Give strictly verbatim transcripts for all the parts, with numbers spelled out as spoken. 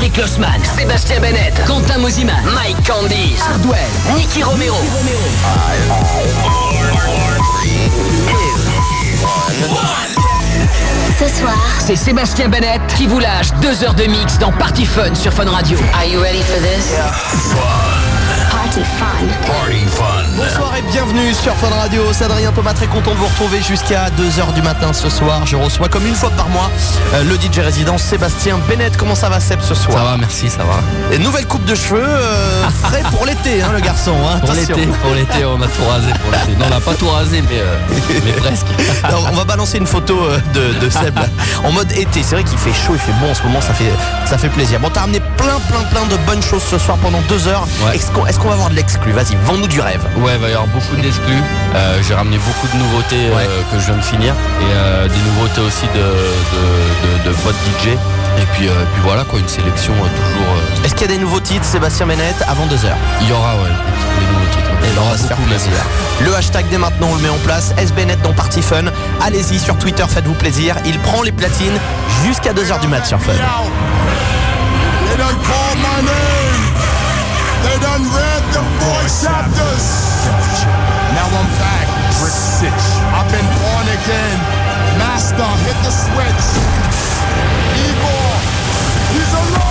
Dimitri Klossman, Sébastien Bennett, Quentin Mosiman, Mike Candice, Hardwell, Nicky Romero. Ce soir, c'est Sébastien Bennett qui vous lâche deux heures de mix dans Party Fun sur Fun Radio. Are you ready for this? Yeah. Party Fun. Party Fun. Bonsoir et bienvenue sur Fun Radio. C'est Adrien Thomas, très content de vous retrouver jusqu'à deux heures du matin ce soir. Je reçois comme une fois par mois euh, le D J résident Sébastien Bennett. Comment ça va, Seb, ce soir? Ça va, merci, ça va. Et nouvelle coupe de cheveux, euh, frais pour l'été, hein, le garçon. Hein, pour l'été, pour l'été, on a tout rasé pour l'été. Non, on n'a pas tout rasé, mais, euh, mais presque. Alors, on va balancer une photo euh, de, de Seb là, en mode été. C'est vrai qu'il fait chaud, il fait bon en ce moment, ça fait, ça fait plaisir. Bon, t'as ramené plein, plein, plein de bonnes choses ce soir pendant deux heures. Ouais. Est-ce qu'on, est-ce qu'on va avoir de l'exclu? Vas-y, vends-nous du rêve. Ouais, il va y avoir beaucoup d'exclus. Euh, j'ai ramené beaucoup de nouveautés ouais. euh, que je viens de finir. Et euh, des nouveautés aussi de, de, de, de potes D J. Et puis, euh, puis voilà, quoi, une sélection euh, toujours. Euh... Est-ce qu'il y a des nouveaux titres, Sébastien Bennett, avant deux heures? Il y aura, ouais, des, des nouveaux titres. Et là, on va se faire plaisir. Le hashtag dès maintenant, on le met en place. S Bennett dans Party Fun. Allez-y sur Twitter, faites-vous plaisir. Il prend les platines jusqu'à deux heures du mat sur Fun. They done called my name. They done read the four chapters. Now I'm back. Brick six. I've been born again. Master, hit the switch. Igor, he's alone.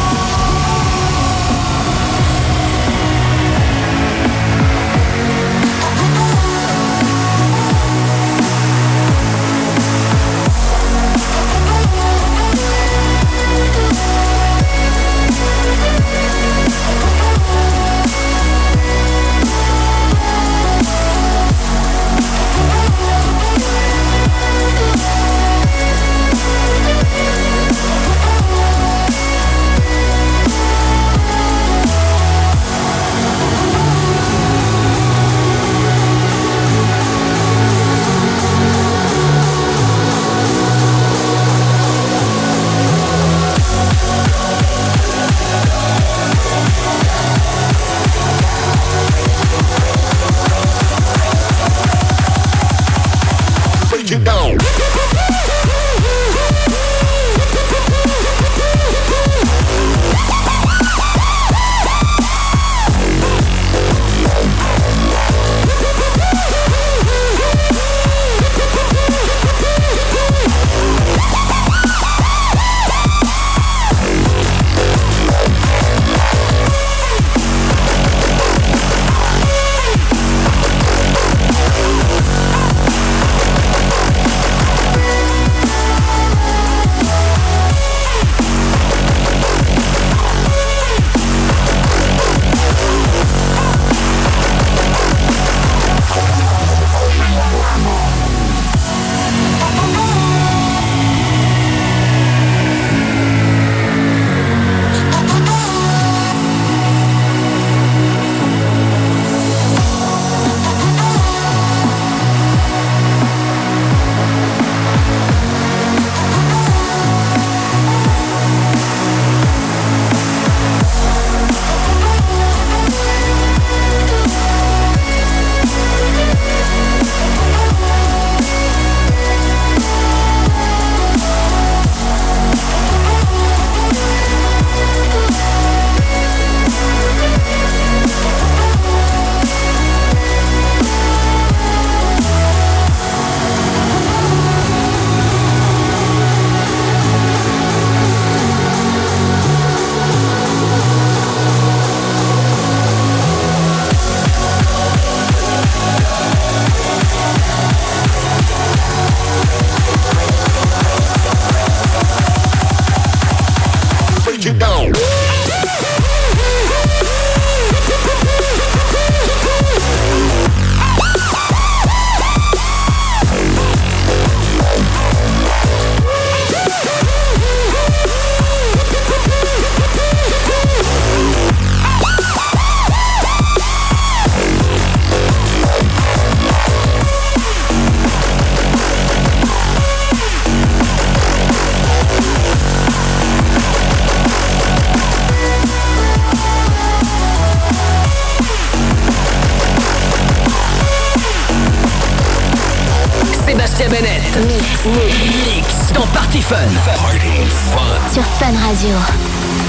Sébastien Bennett. Mix. Mix dans Party Fun. Party Fun. Sur Fun Radio.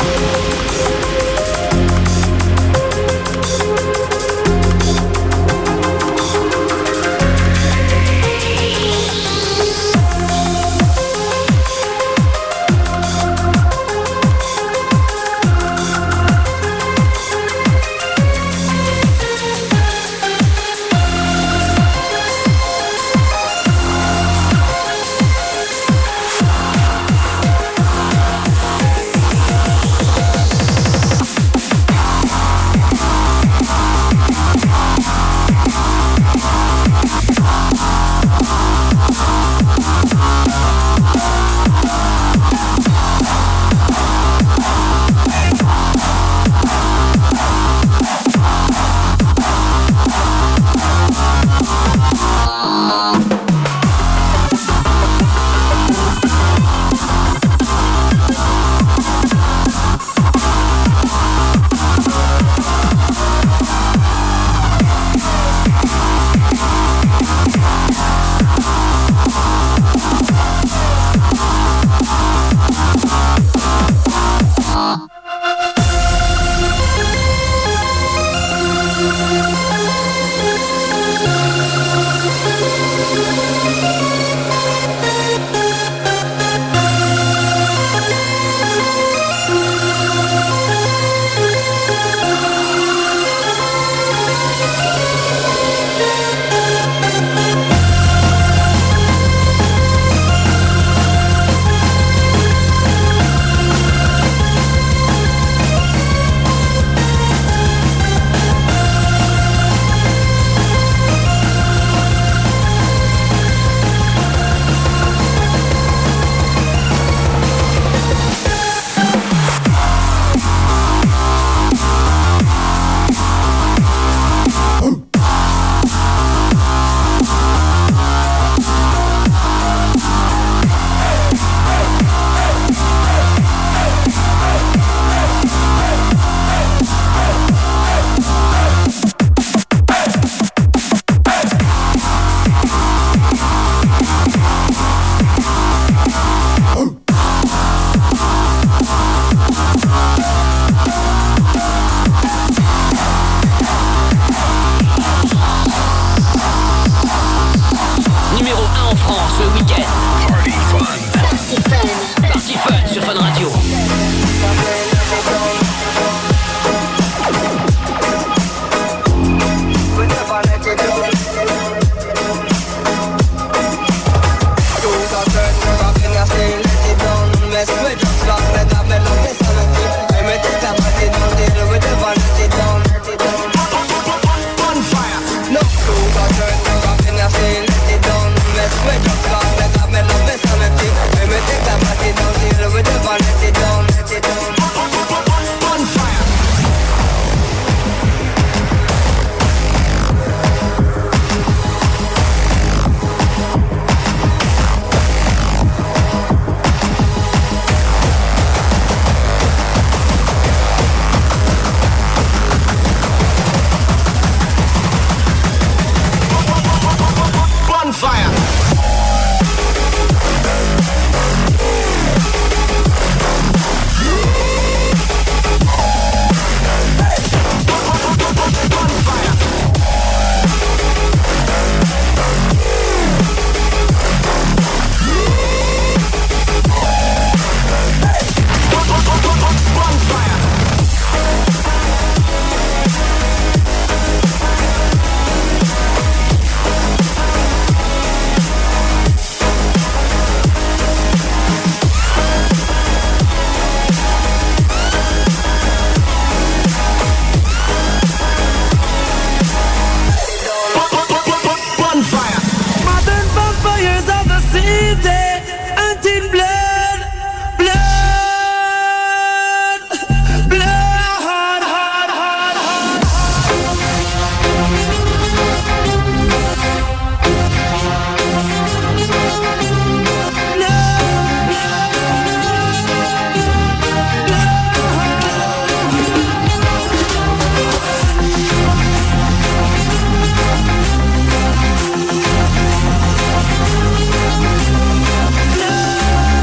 Love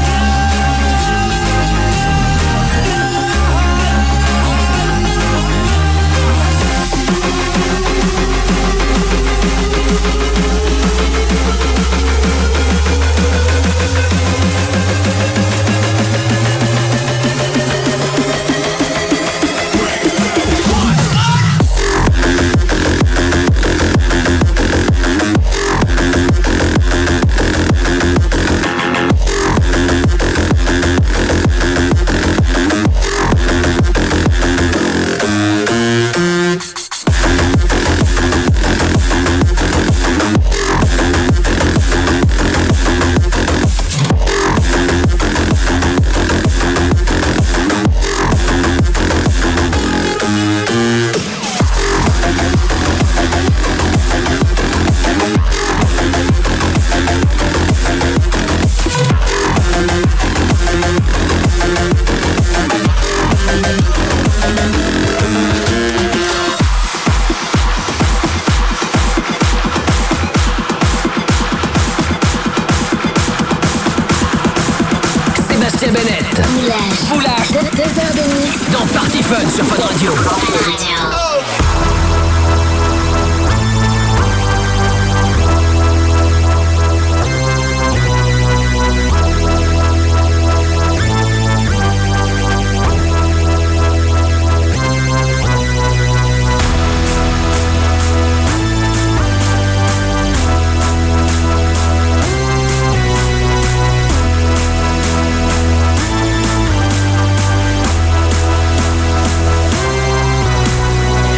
D J Bennett. Village. Foulage. De- deux heures de mix. Dans Party Fun sur Fun Radio. Fun Radio. We'll be right back.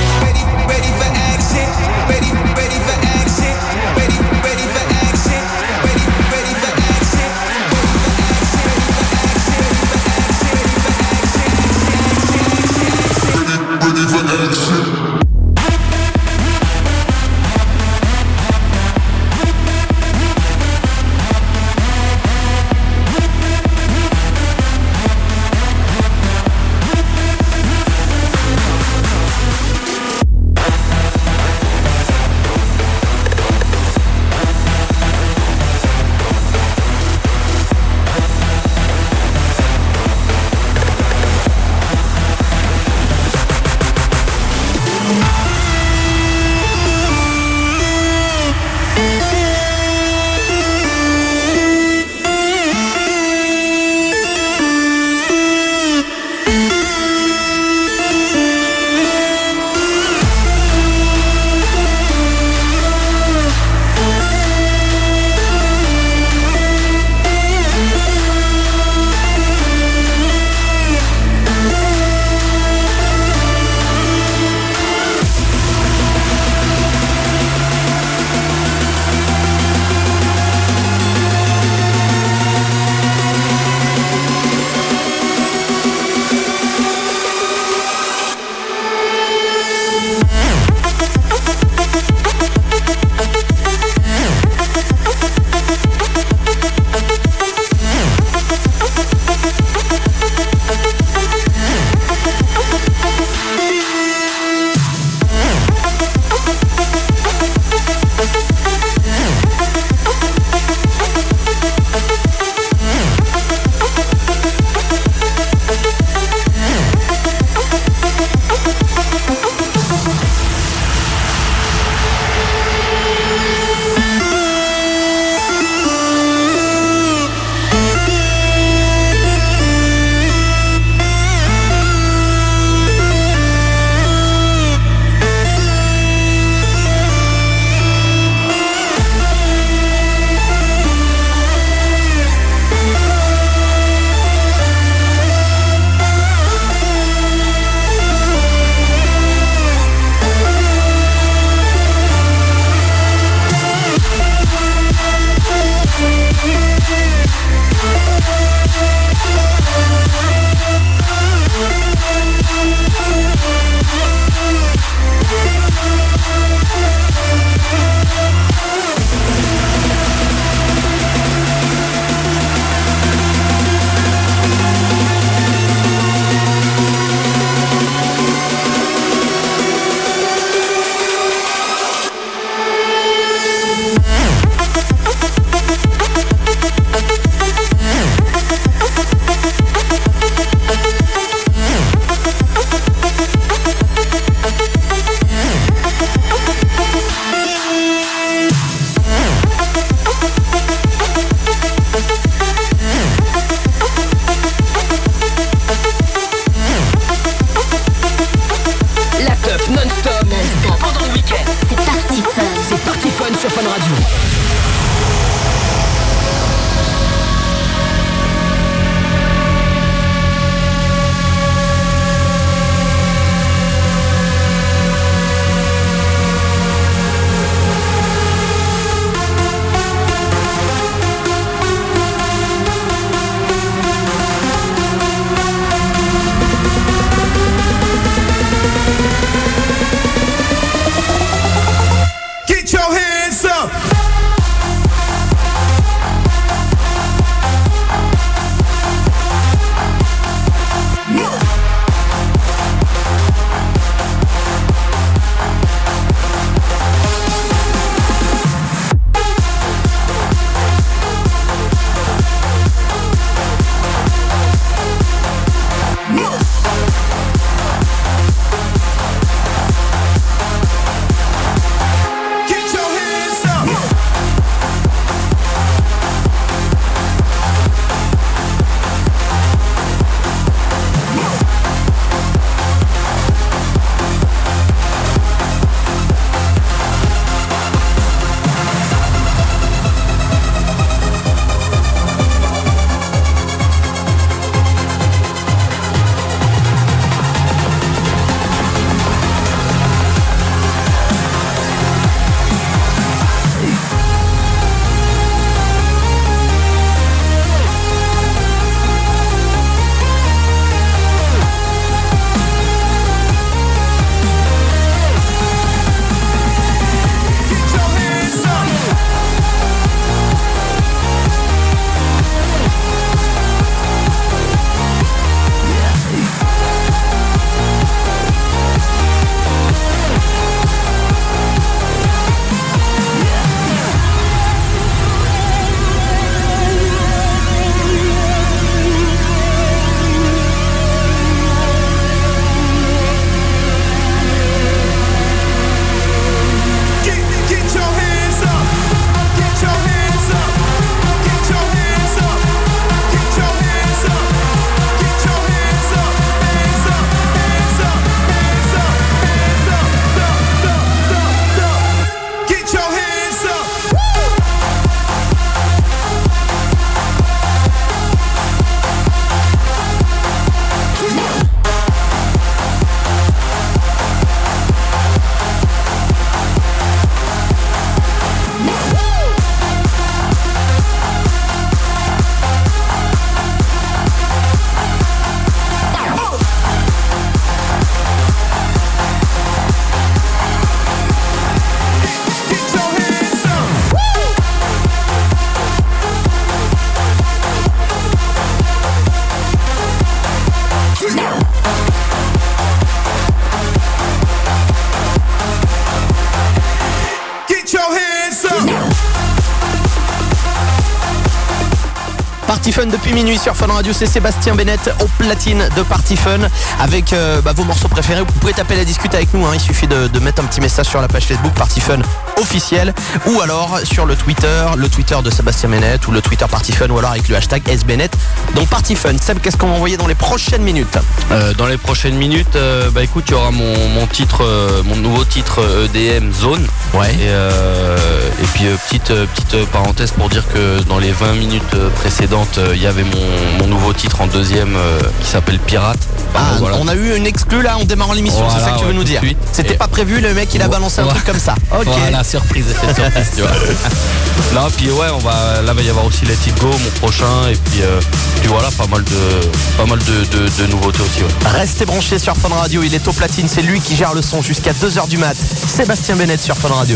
Party Fun depuis minuit sur Fun Radio, c'est Sébastien Bennett au platine de Party Fun avec euh, bah, vos morceaux préférés. Vous pouvez taper la discute avec nous, hein. Il suffit de, de mettre un petit message sur la page Facebook Party Fun officiel ou alors sur le Twitter, le Twitter de Sébastien Bennett ou le Twitter Party Fun ou alors avec le hashtag S Bennett. Donc Party Fun. Seb, qu'est-ce qu'on va envoyer dans les prochaines minutes? euh, Dans les prochaines minutes, euh, bah écoute, il y aura mon, mon titre, euh, mon nouveau titre E D M Zone. Ouais. Et, euh, et puis euh, petite euh, petite parenthèse pour dire que dans les vingt minutes précédentes, il euh, y avait mon, mon nouveau titre en deuxième euh, qui s'appelle Pirate. Ah, euh, voilà. On a eu une exclue là en démarrant l'émission, Voilà, c'est ça que tu veux ouais, nous dire. C'était Et... pas prévu, le mec il a balancé un Ouais. truc comme ça. Ok. Voilà, surprise, effet surprise, tu vois. Là, puis ouais, on va, là va y avoir aussi Let It Go, mon prochain, et puis, euh, puis voilà, pas mal de, pas mal de, de, de nouveautés aussi. Ouais. Restez branchés sur Fun Radio, il est au platine, c'est lui qui gère le son jusqu'à deux heures du mat. Sébastien Bennett sur Fun Radio.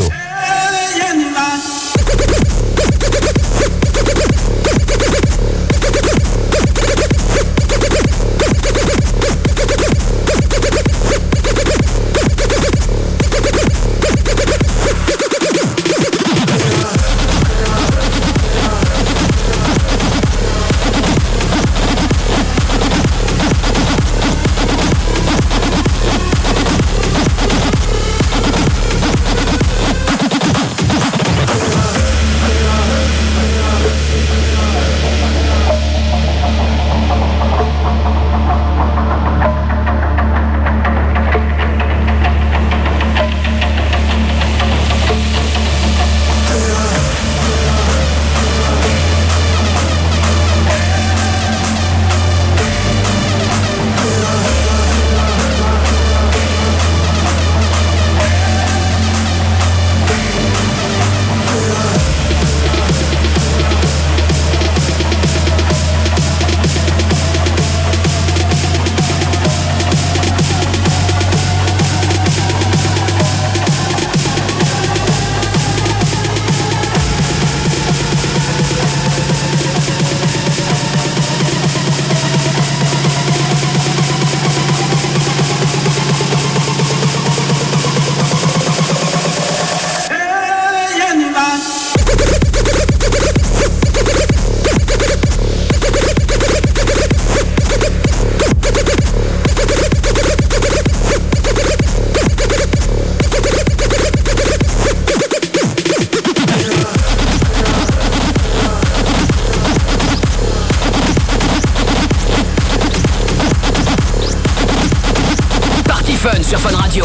Sur Fun Radio.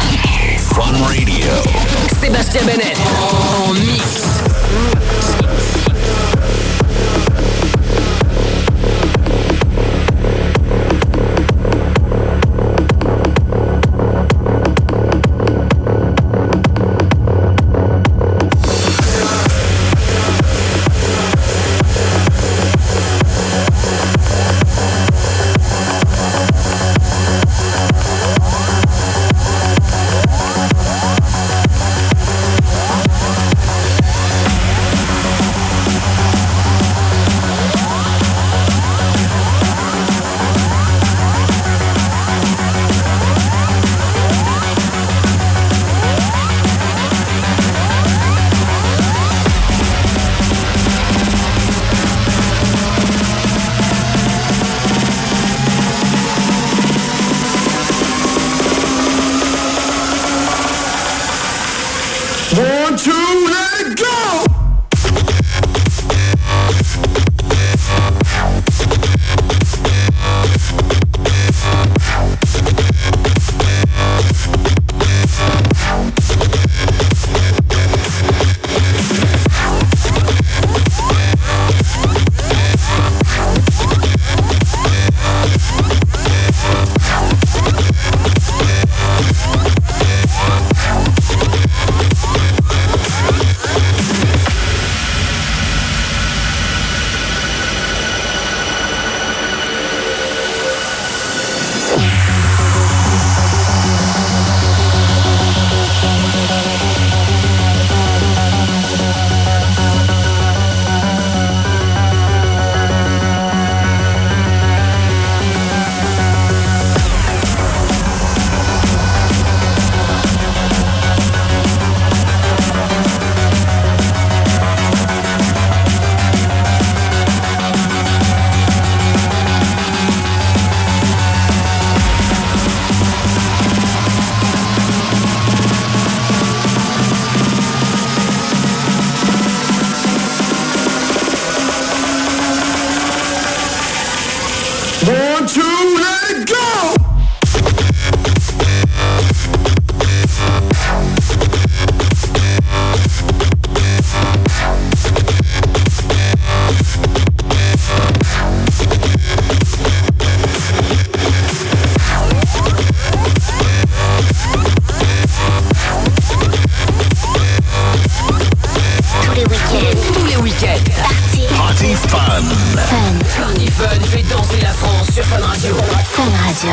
Fun Radio. Sébastien Bennett en mix. two, let it go! Tous les week-ends. Party. Party Fun. Fun. Party Fun fait danser la France sur Fun Radio. Fun Radio.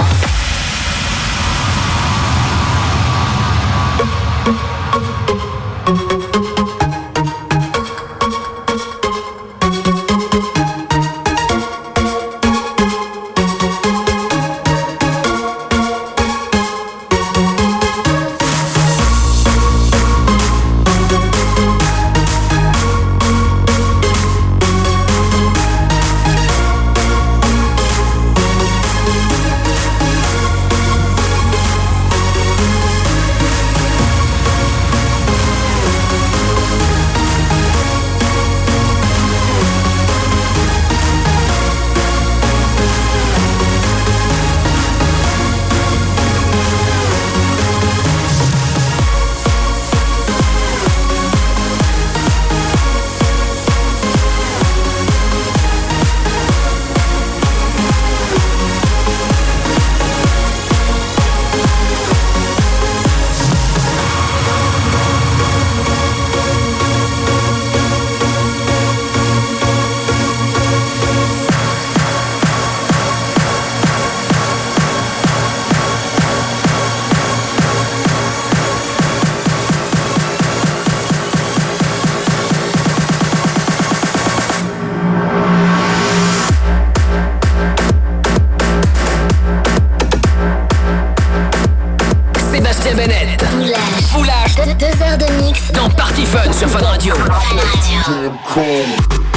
Sébastien Bennett. Foulage. Foulage De- deux heures de mix. dans Party Fun sur Fun Radio. Fun Radio.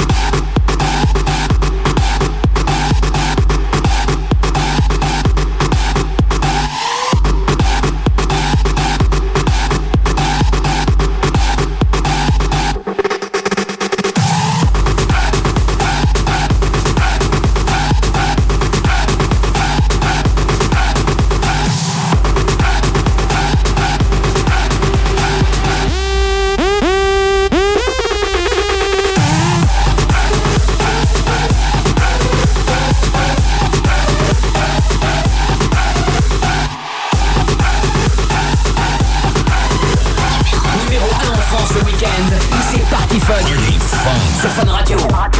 Numéro un en France le week-end. C'est Party Fun sur Fun Radio.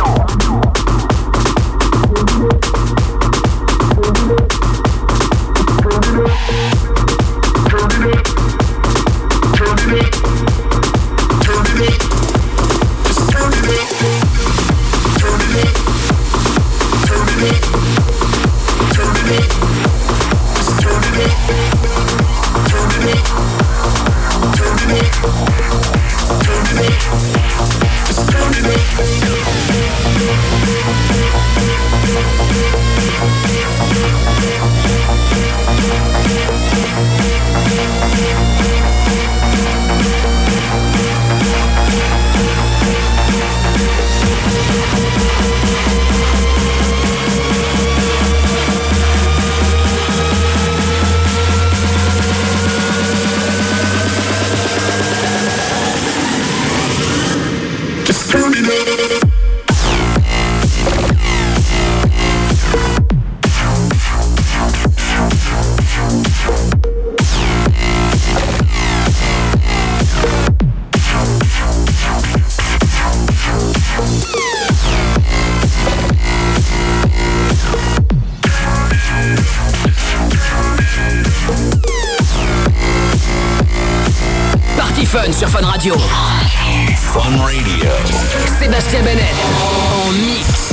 Party Fun sur Fun Radio. Fun Radio. Sébastien Bennett en mix.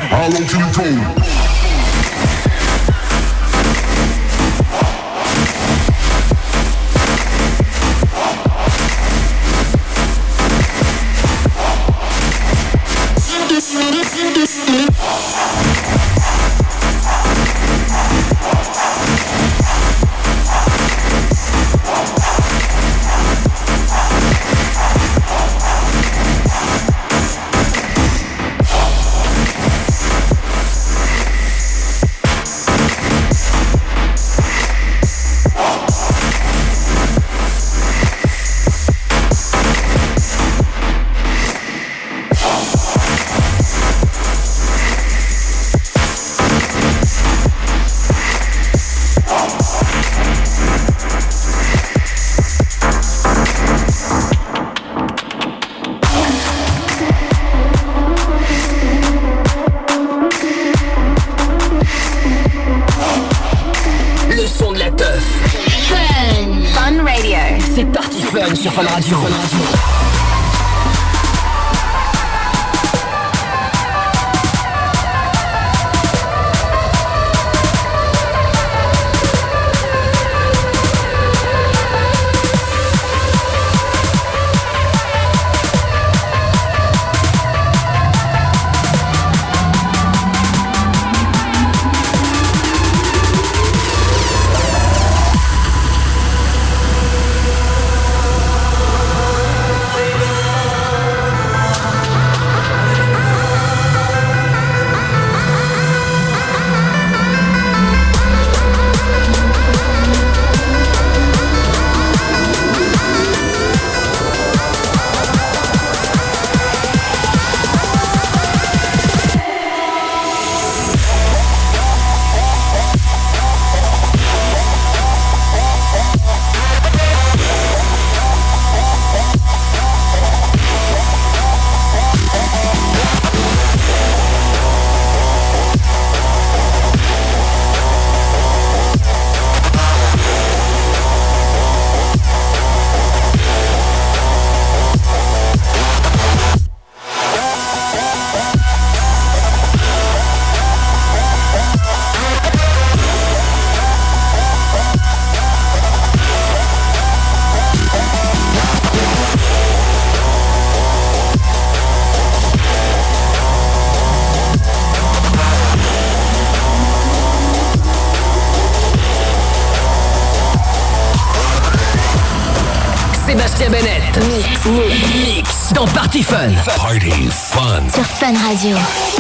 How long can you go? Sur Fun Radio. Fun Radio. Sébastien Bennett. Mix. Mix dans Party Fun. Party Fun. Sur Fun Radio.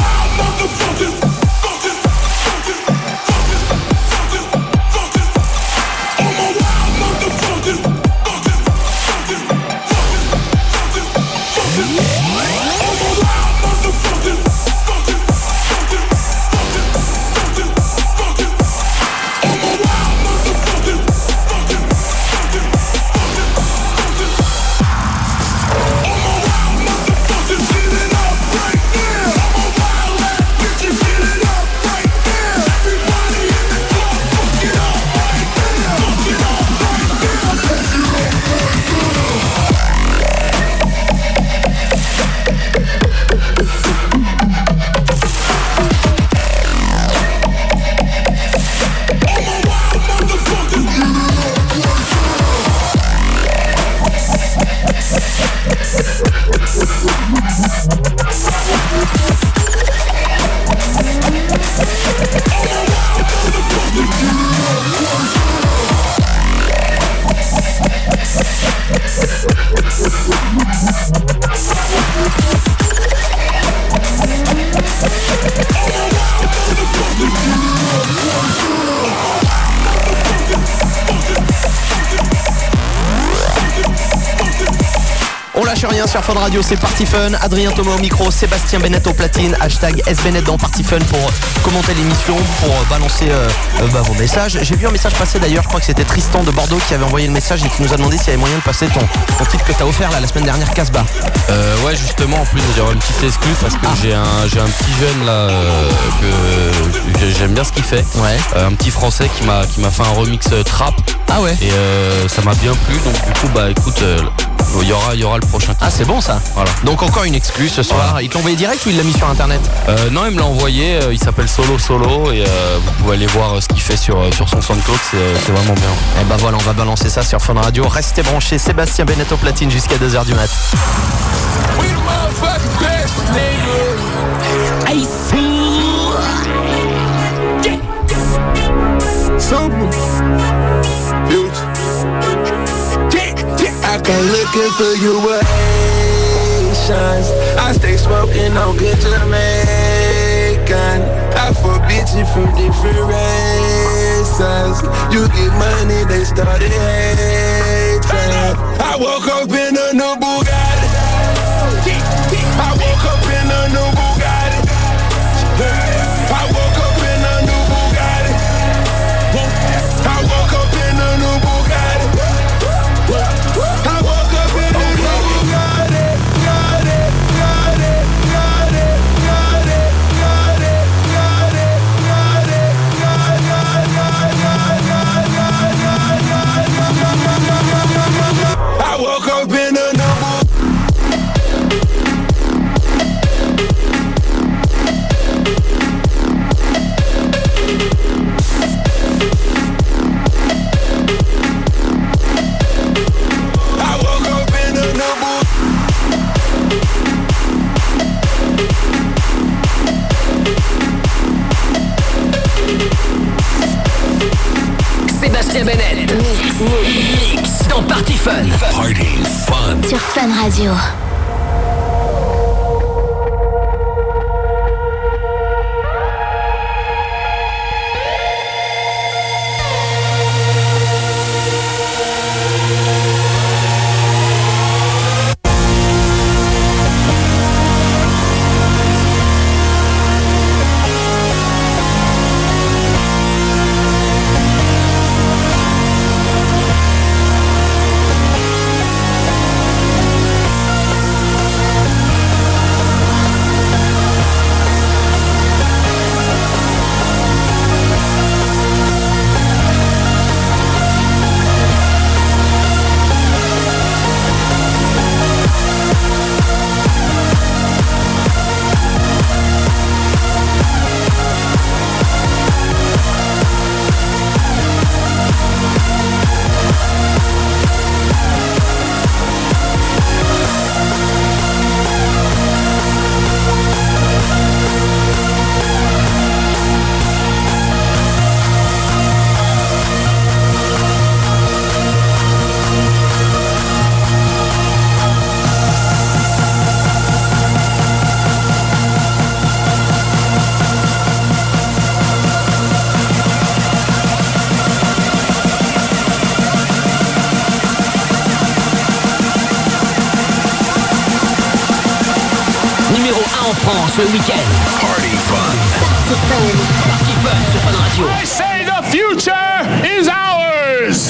Rien sur Fun Radio, c'est Party Fun. Adrien Thomas au micro, Sébastien Bennett au platine. Hashtag S Bennett dans Party Fun pour commenter l'émission, pour balancer euh, euh, bah, vos messages. J'ai vu un message passer d'ailleurs, je crois que c'était Tristan de Bordeaux qui avait envoyé le message et qui nous a demandé s'il y avait moyen de passer ton, ton titre que t'as offert là, la semaine dernière, Casbah. Euh, ouais, justement, en plus, il y aura une petite exclue parce que ah. j'ai un j'ai un petit jeune là euh, que j'aime bien ce qu'il fait. Ouais. Euh, un petit français qui m'a qui m'a fait un remix euh, trap. Ah ouais. Et euh, ça m'a bien plu, donc du coup bah écoute. Euh, il y aura, il y aura le prochain titre. Ah, c'est bon ça. Voilà. Donc encore une exclue ce soir. Voilà. Il te l'a envoyé direct ou il l'a mis sur internet? Euh, non, il me l'a envoyé. euh, Il s'appelle Solo Solo et euh, vous pouvez aller voir euh, ce qu'il fait sur euh, sur son SoundCloud. C'est euh, c'est vraiment bien. Et bah voilà, on va balancer ça sur Fun Radio. Restez branchés. Sébastien Bennett au platine jusqu'à deux heures du mat. We the motherfucking best, nigga. I Super. Future. I come looking for you with Haitians. I stay smoking on good Jamaican. I fuck bitches from different races. You get money, they started hating. I woke up in a new Bugatti. I woke up in a new Bugatti. I woke up in a new Bugatti. I woke up in a new Bugatti. I woke up in a new Bugatti. Got it, got it, got it, got it, got it, got it, got it, got it, got it. I woke up in a new Sébastien Bennett. Mix dans Party Fun. Party Fun. Sur Fun Radio. Numéro un en France le week-end. Party Fun. Party Fun. Party Fun sur Fun Radio. I say the future is ours.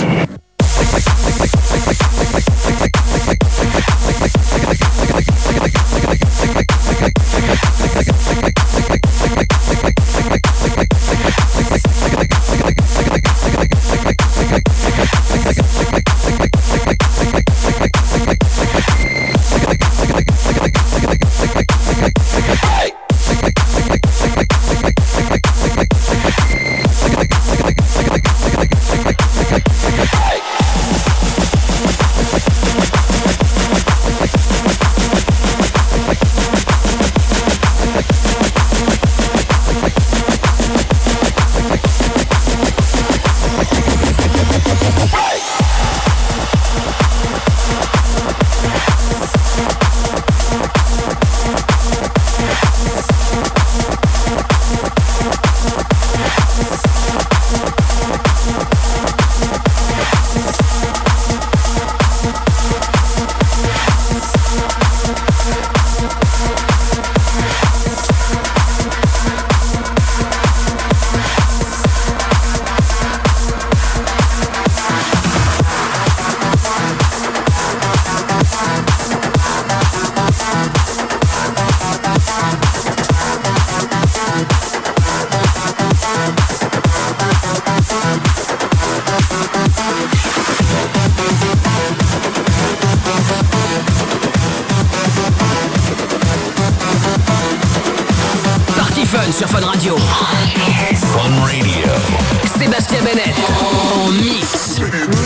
Hey. Fun sur Fun Radio. Fun Radio. Sébastien Bennett en mix.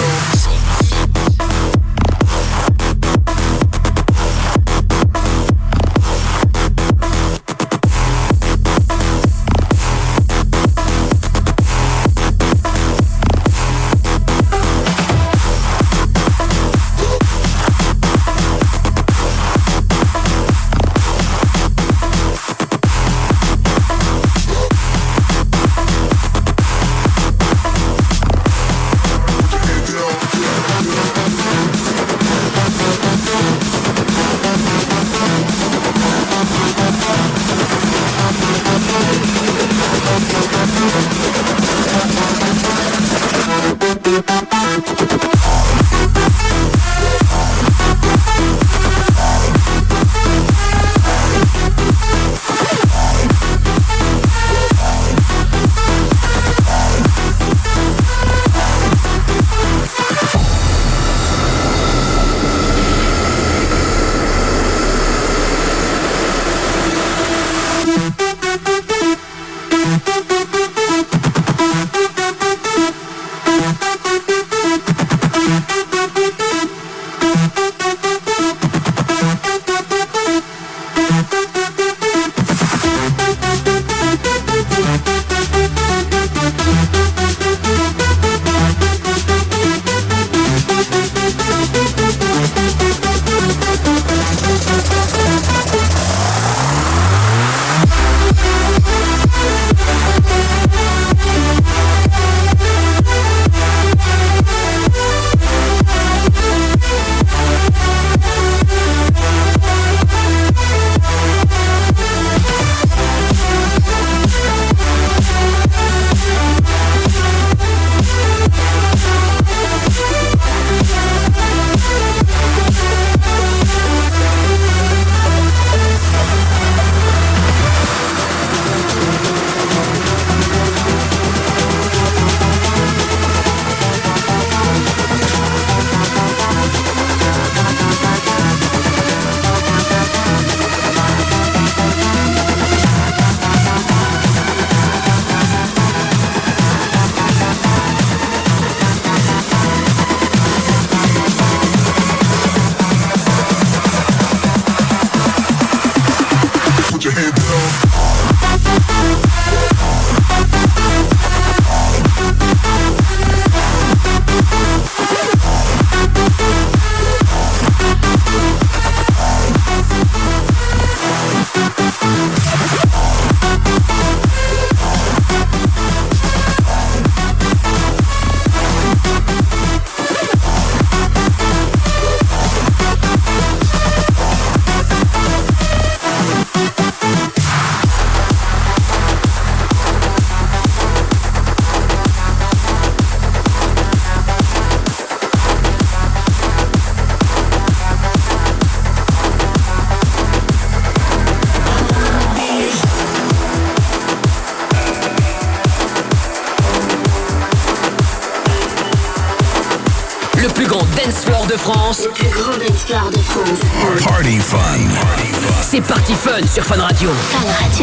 dance floor de France. Le plus grand dance floor de France. Party Fun. C'est Party Fun sur Fun Radio. Fun Radio.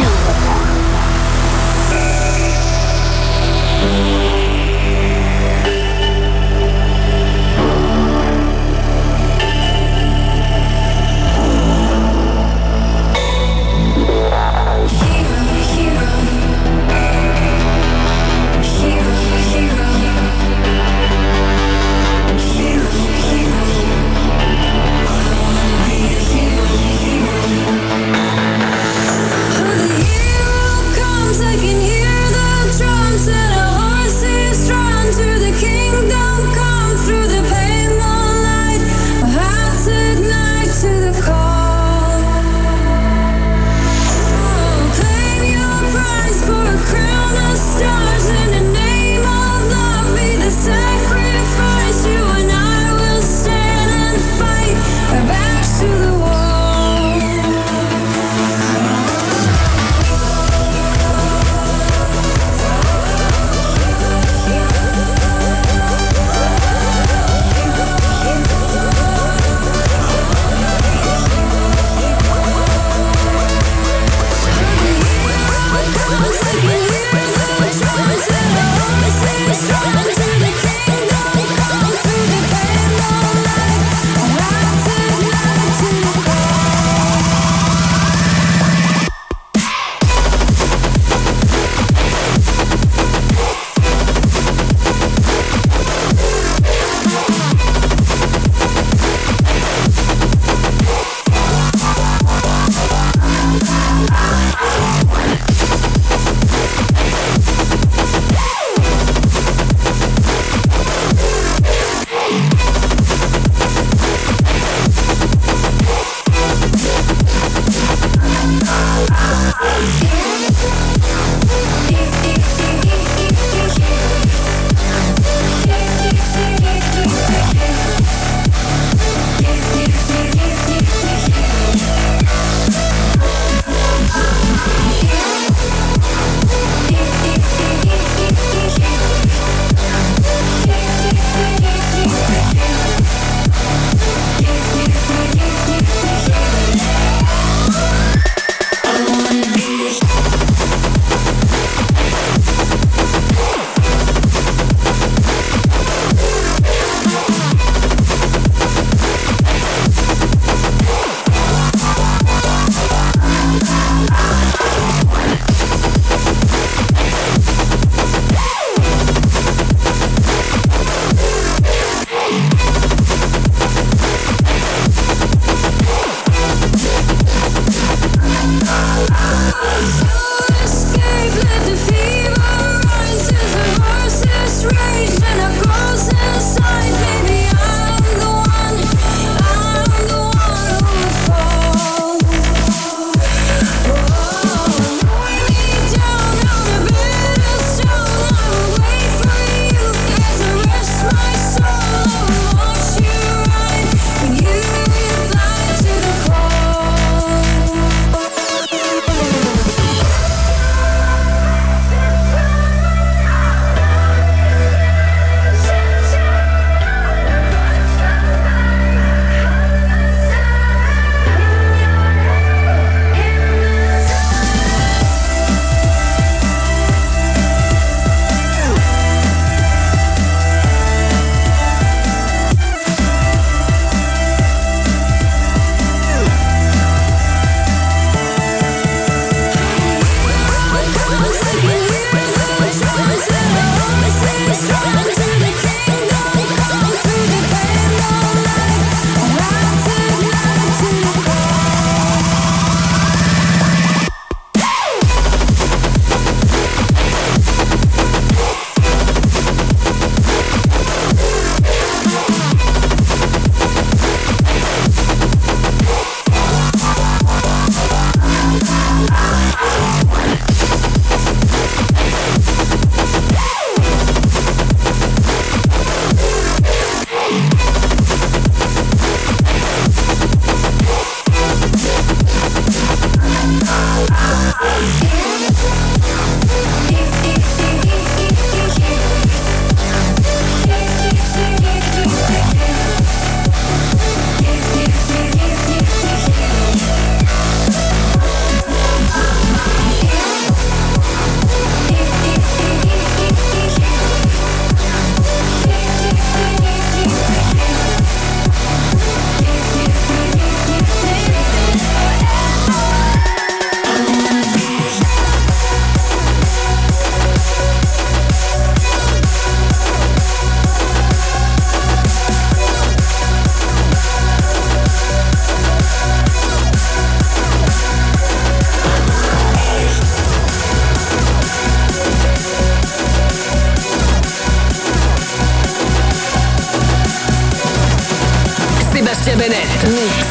I can hear the drums and a horse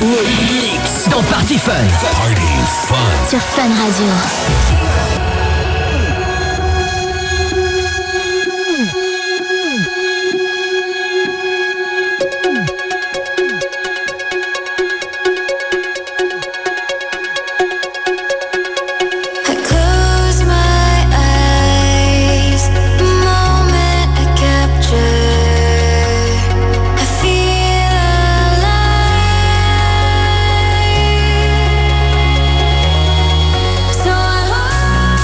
Mix dans Party Fun. Party fun. Sur Fun Radio. So I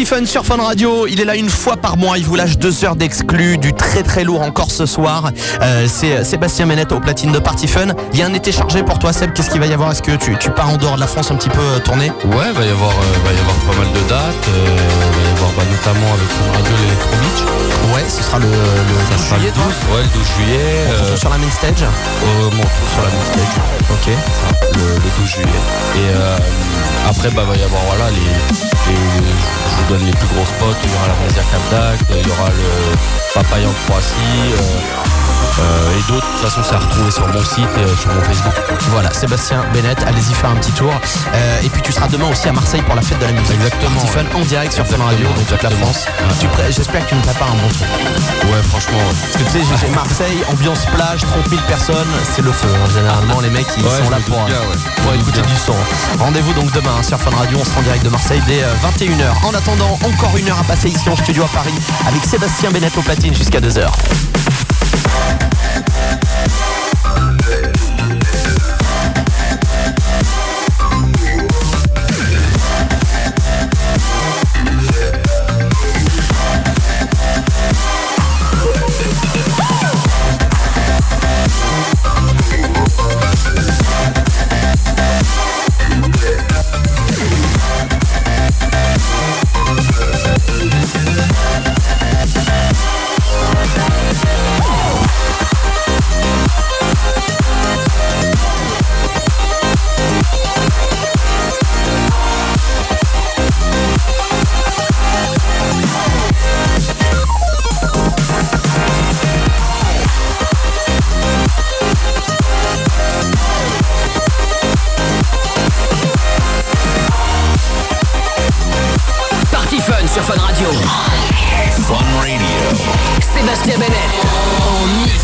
Party Fun sur Fun Radio, il est là une fois par mois, il vous lâche deux heures d'exclus, du très très lourd encore ce soir. Euh, c'est Sébastien Bennett au platine de Party Fun. Il y a un été chargé pour toi, Seb, qu'est-ce qu'il va y avoir? Est-ce que tu, tu pars en dehors de la France un petit peu tourner? Ouais, va y avoir, euh, va y avoir pas mal de dates, euh, va y avoir bah, notamment avec Fun Radio l'Electro Beach. Ouais, ce sera le, le Ça sera juillet, le douze, ouais, le douze juillet. toi Euh, sur la main stage. euh, mon tour sur la main stage. Ok. le, le douze juillet. Et euh, après, bah, va y avoir voilà, les, les, je vous donne les plus gros spots. Il y aura la Mazia Cap d'Agde, il y aura le Papaye en Croatie euh, euh, et d'autres. De toute façon, c'est à retrouver sur mon site et euh, sur mon Facebook. Voilà, Sébastien Bennett, allez-y faire un petit tour. Euh, et puis tu seras demain aussi à Marseille pour la fête de la musique. Exactement, Party Fun en direct sur Fun Radio, donc toute la exactement. France. Tu pré- J'espère que tu me prépares un bon truc. Ouais, franchement. Ouais. Parce que tu sais, j'ai Marseille, ambiance plage, trente mille personnes, c'est le feu. hein. Généralement, les mecs, ils Ouais, sont je là me pour, doute bien, ouais. pour Je me écouter doute du son. Rendez-vous donc demain hein, sur Fun Radio, on sera en direct de Marseille dès euh, vingt et une heures. En attendant, encore une heure à passer ici en studio à Paris avec Sébastien Bennett au platine jusqu'à deux heures. Sur Fun Radio. Fun Radio. Sébastien Bennett en mix.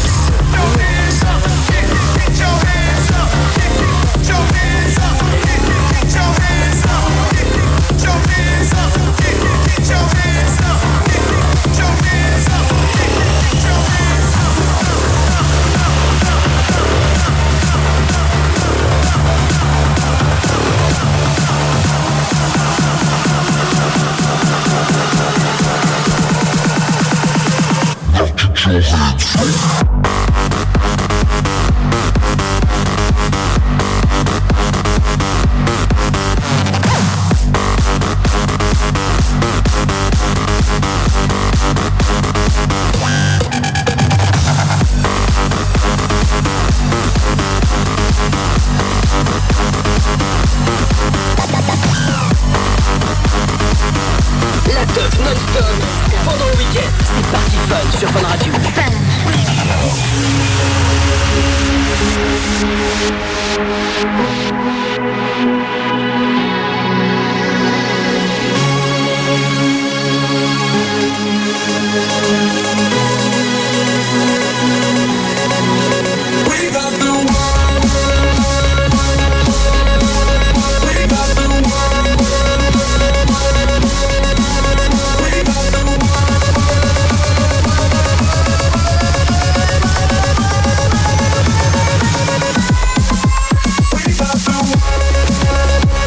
Your hands. La teuf non-stop. Pendant le week-end, c'est Party Fun sur Fun Radio. We got the world. We got the world. We got the world. We got the world.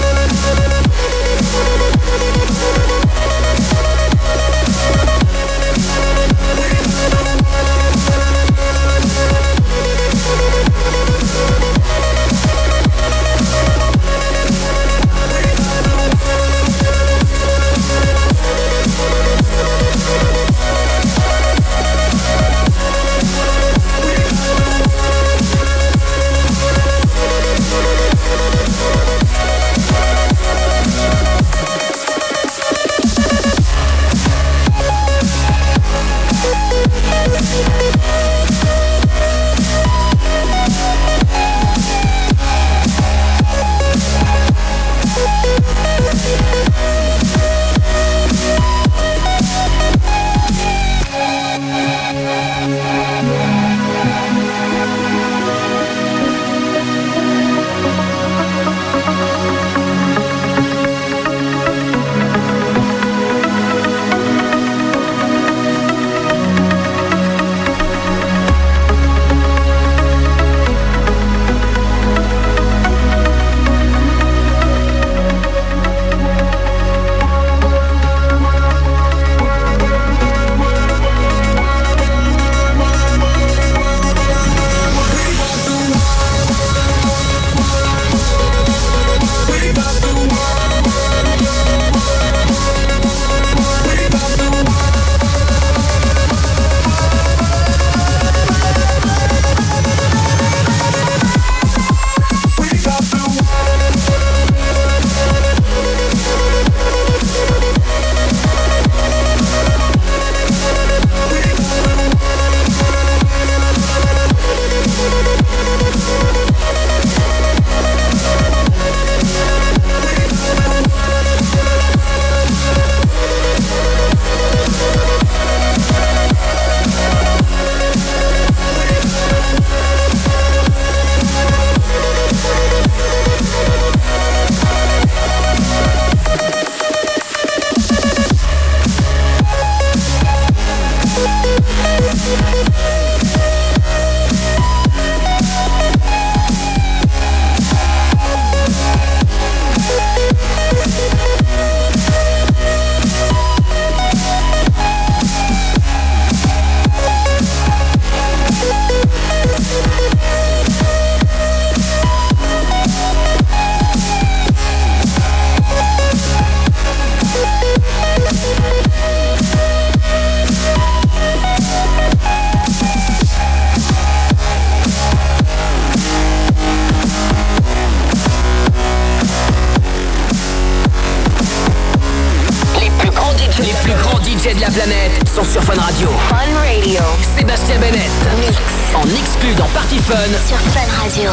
D J de la planète sont sur Fun Radio. Fun Radio. Sébastien Bennett. Mix. En exclu dans Party Fun. Sur Fun Radio.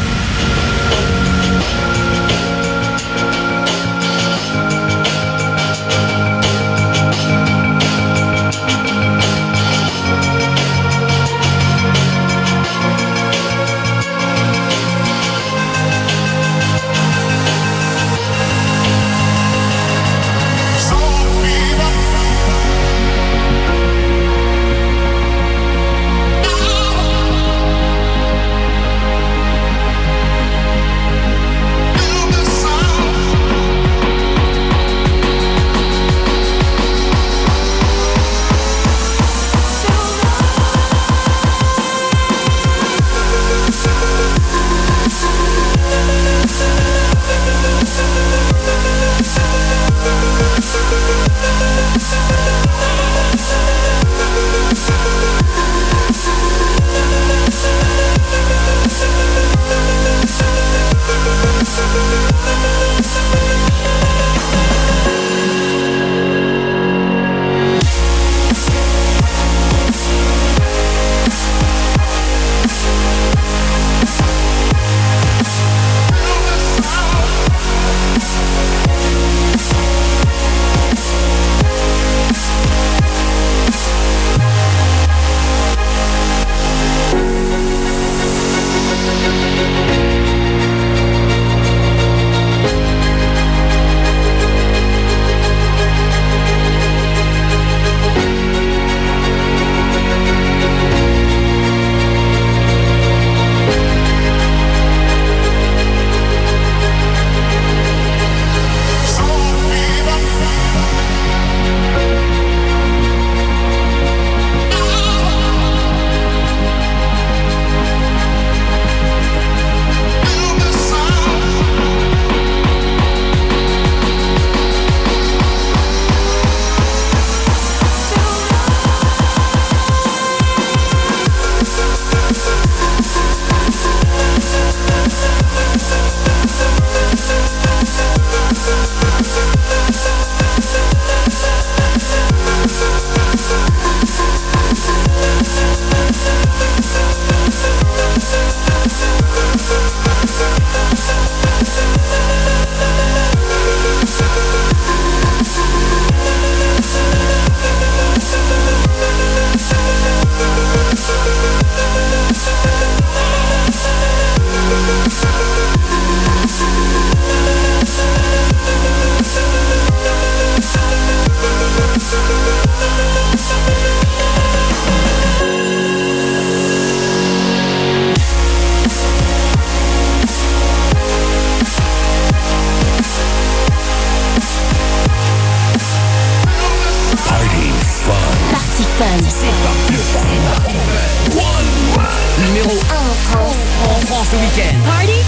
Numéro un en France, en France ce week-end. Party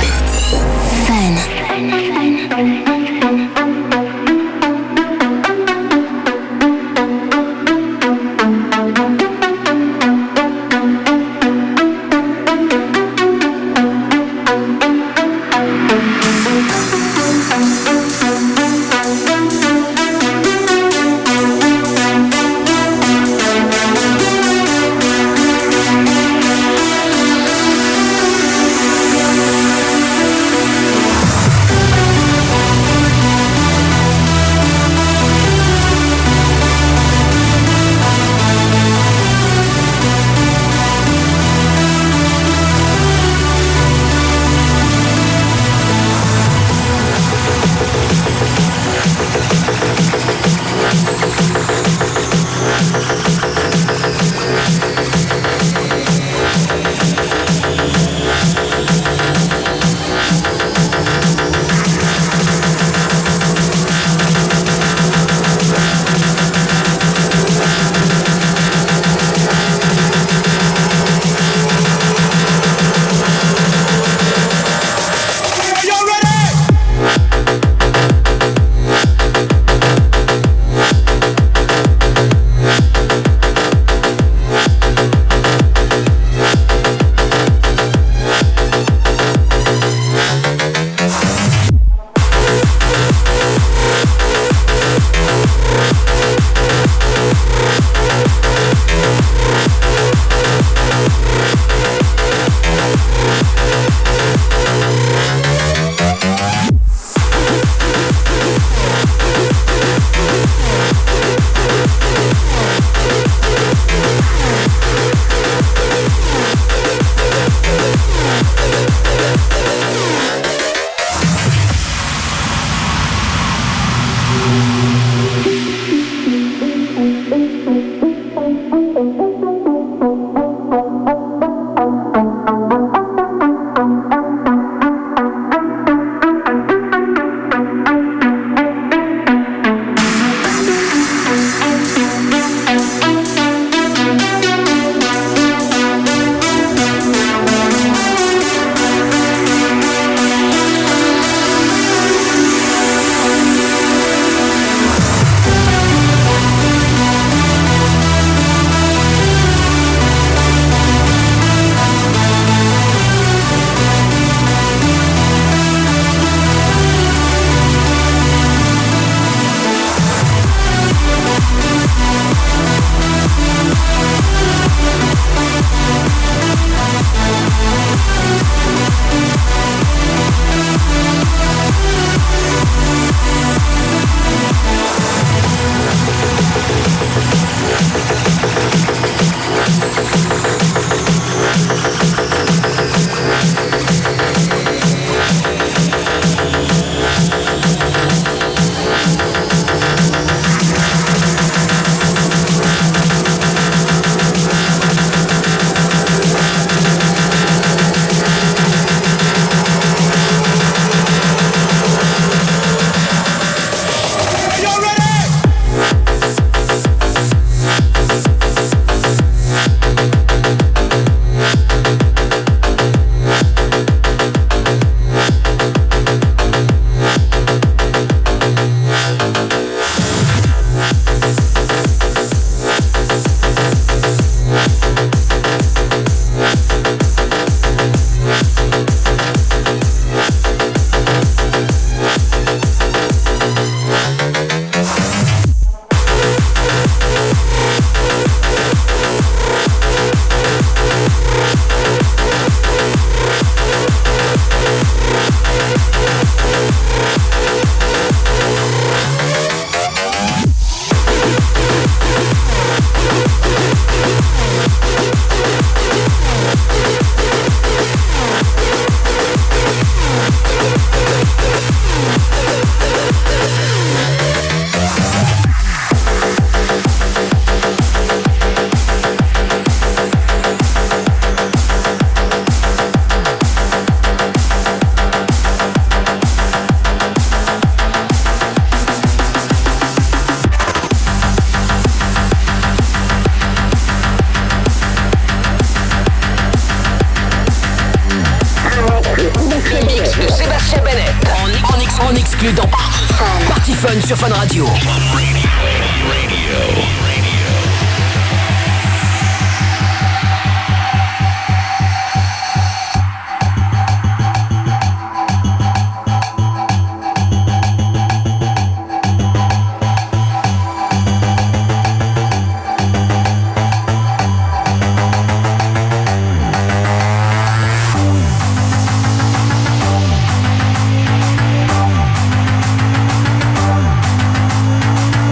Fun. Fun. en exclu dans Party Fun sur Fun Radio. We'll be right back.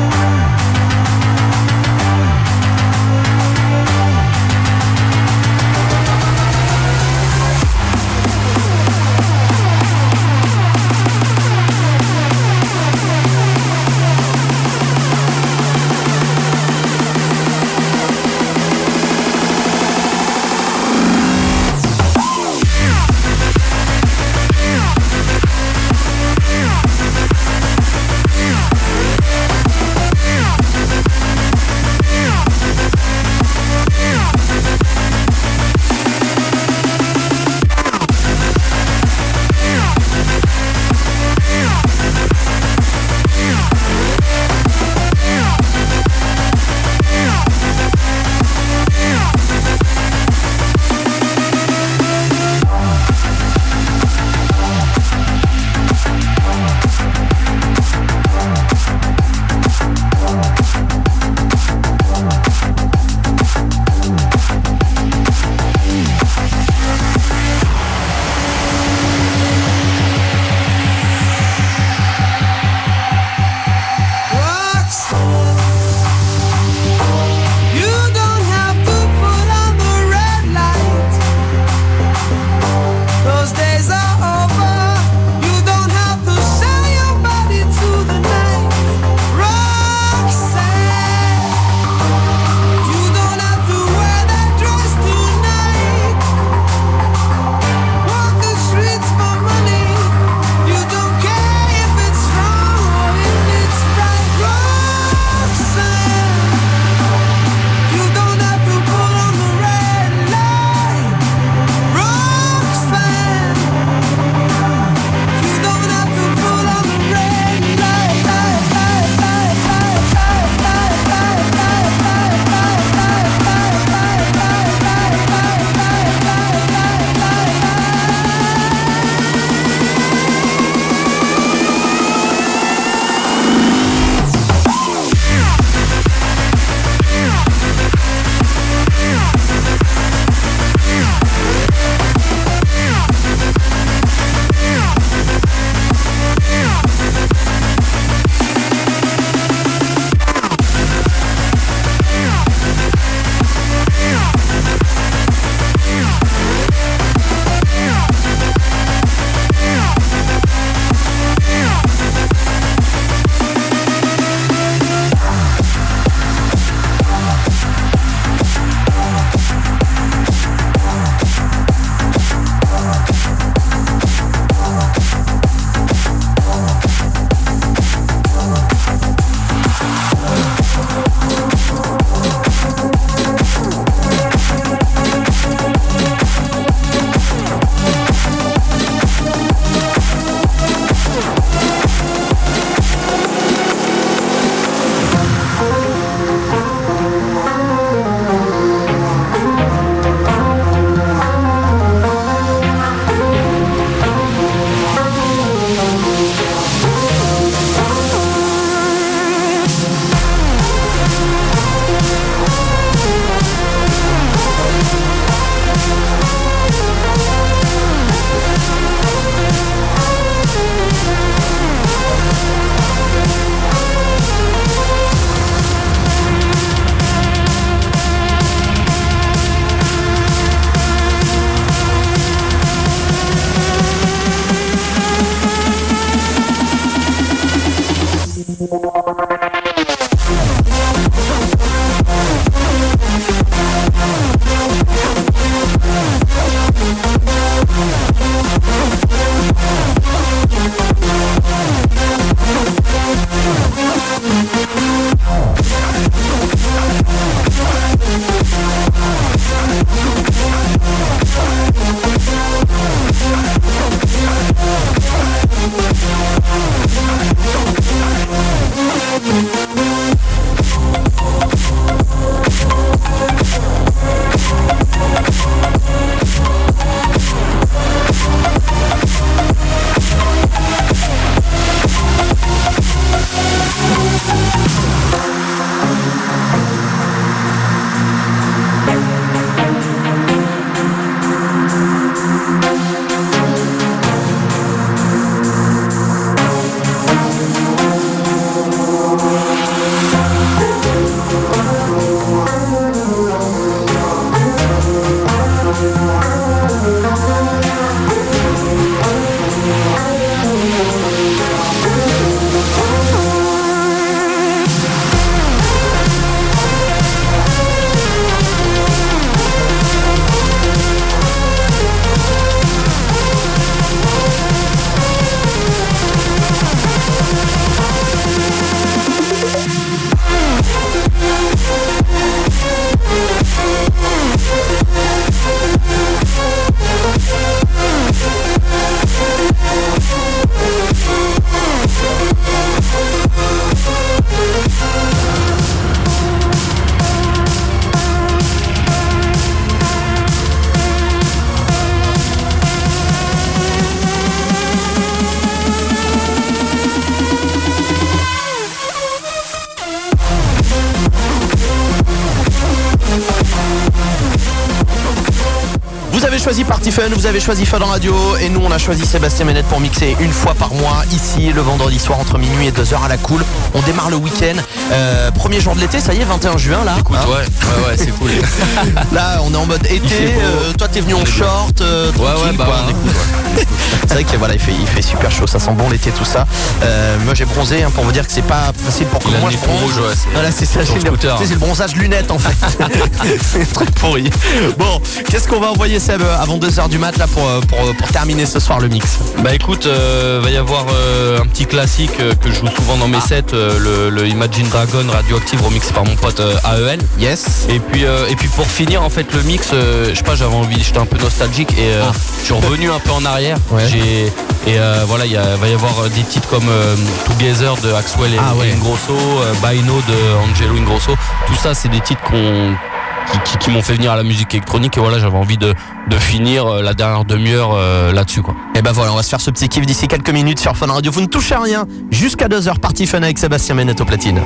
avez choisi Party Fun, vous avez choisi Fun Radio et nous on a choisi Sébastien Bennett pour mixer une fois par mois ici le vendredi soir entre minuit et deux heures à la cool. On démarre le week-end, euh, premier jour de l'été, ça y est, vingt et un juin là. Écoute, hein. ouais, ouais, ouais, c'est cool. Là on est en mode été, euh, toi t'es venu en short, euh, Ouais, tranquille, ouais, bah quoi, on hein. est cool, ouais. C'est vrai que voilà, il fait, il fait super chaud, ça sent bon l'été tout ça. Euh, moi j'ai bronzé hein, pour vous dire que c'est pas facile pour que Il a moi le je nez tout bronze. rouge, ouais, c'est- Voilà, c'est ça, sur c'est le le, scooter. tu sais, c'est le bronzage lunettes en fait. C'est un truc pourri. Bon, qu'est-ce qu'on va envoyer Seb avant deux heures du mat là pour, pour, pour terminer ce soir le mix? Bah écoute, euh, va y avoir euh, un petit classique euh, que je joue souvent dans mes sets, euh, le, le Imagine Dragon Radioactive remixé par mon pote euh, A E L. Yes. Et puis euh, et puis pour finir en fait le mix, euh, je sais pas, j'avais envie, j'étais un peu nostalgique et euh, Ah. je suis revenu un peu en arrière. Ouais. J'ai et euh, voilà, il y a- va y avoir euh, des titres comme euh, Together de Axwell et, Ah ouais. et Ingrosso, euh, Baino de Angelo Ingrosso. Tout ça, c'est des titres qu'on qui, qui- qui m'ont fait venir à la musique électronique et voilà, j'avais envie de, de finir euh, la dernière demi-heure euh, là-dessus quoi. Et ben voilà, on va se faire ce petit kiff d'ici quelques minutes sur Fun Radio. Vous ne touchez à rien jusqu'à deux heures. Party Fun avec Sébastien Bennett au platine.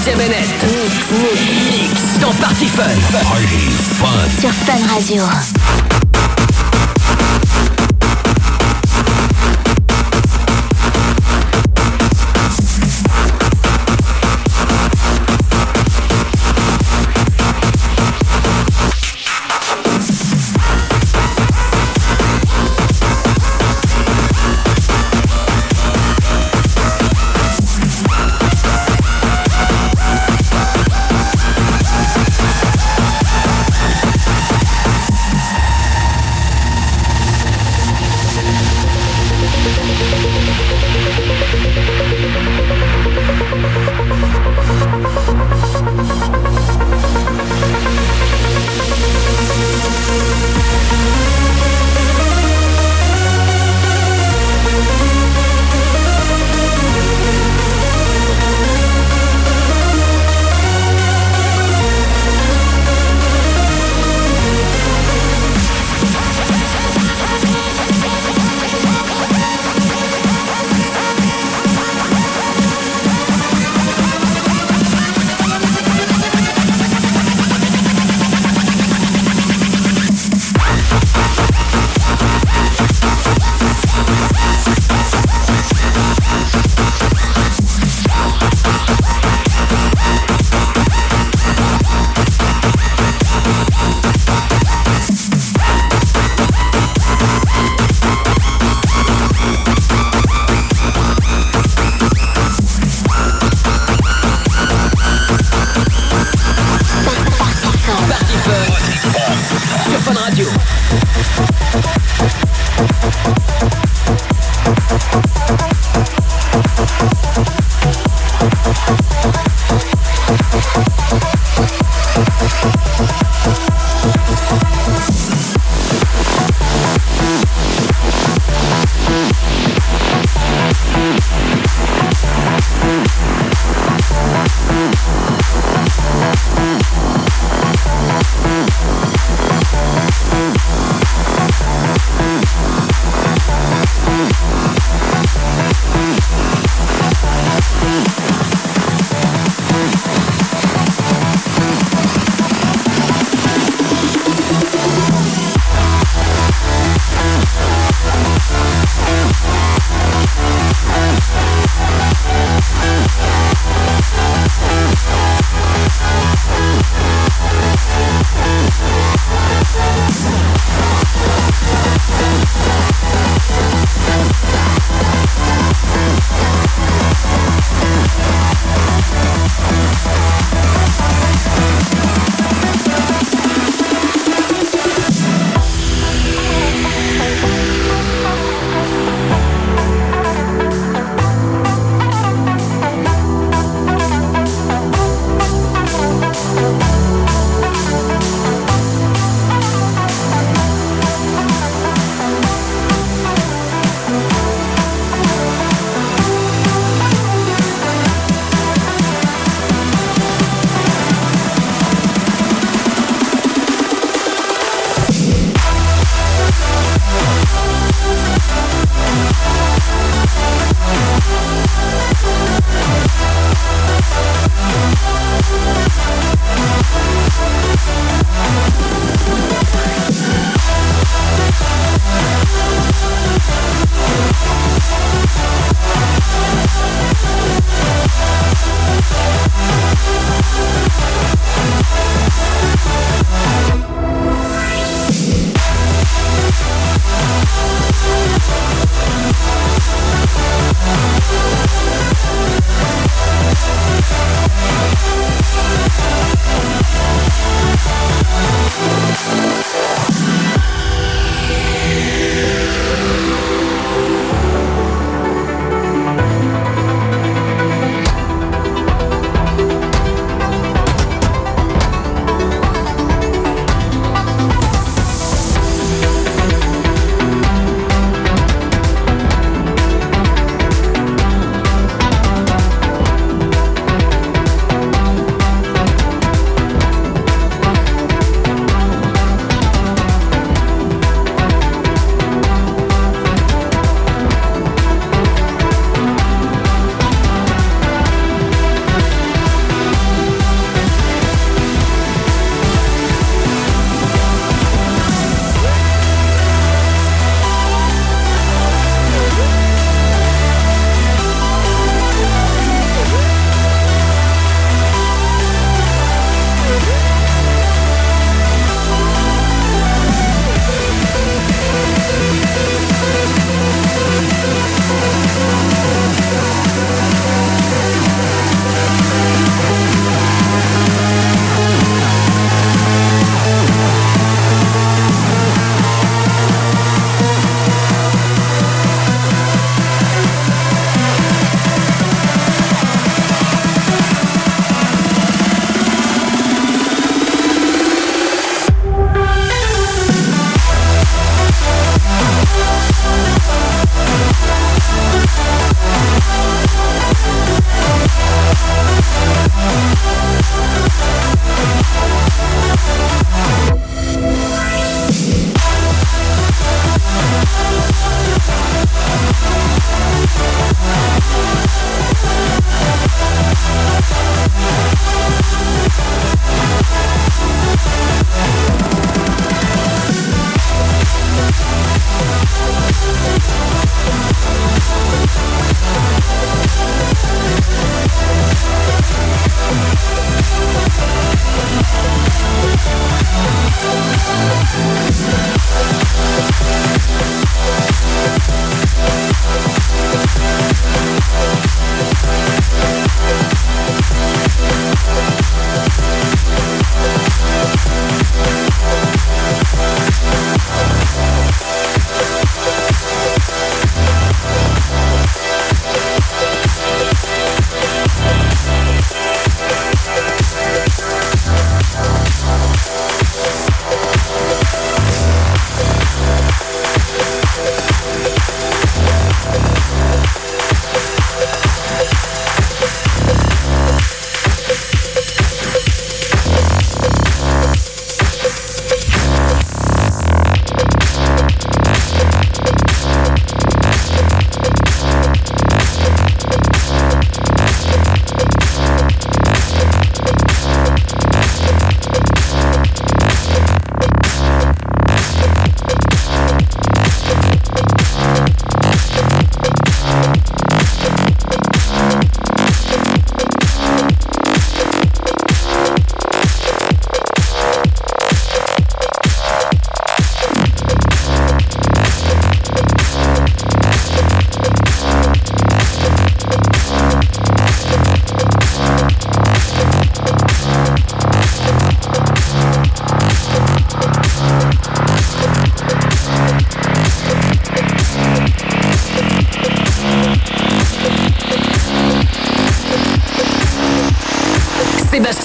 Bastien Bennett. Mix dans Party Fun. Party Fun. Sur Fun Radio.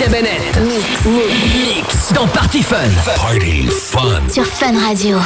Sébastien Bennett. Mix. Mix dans Party Fun. Party Fun. Sur Fun Radio.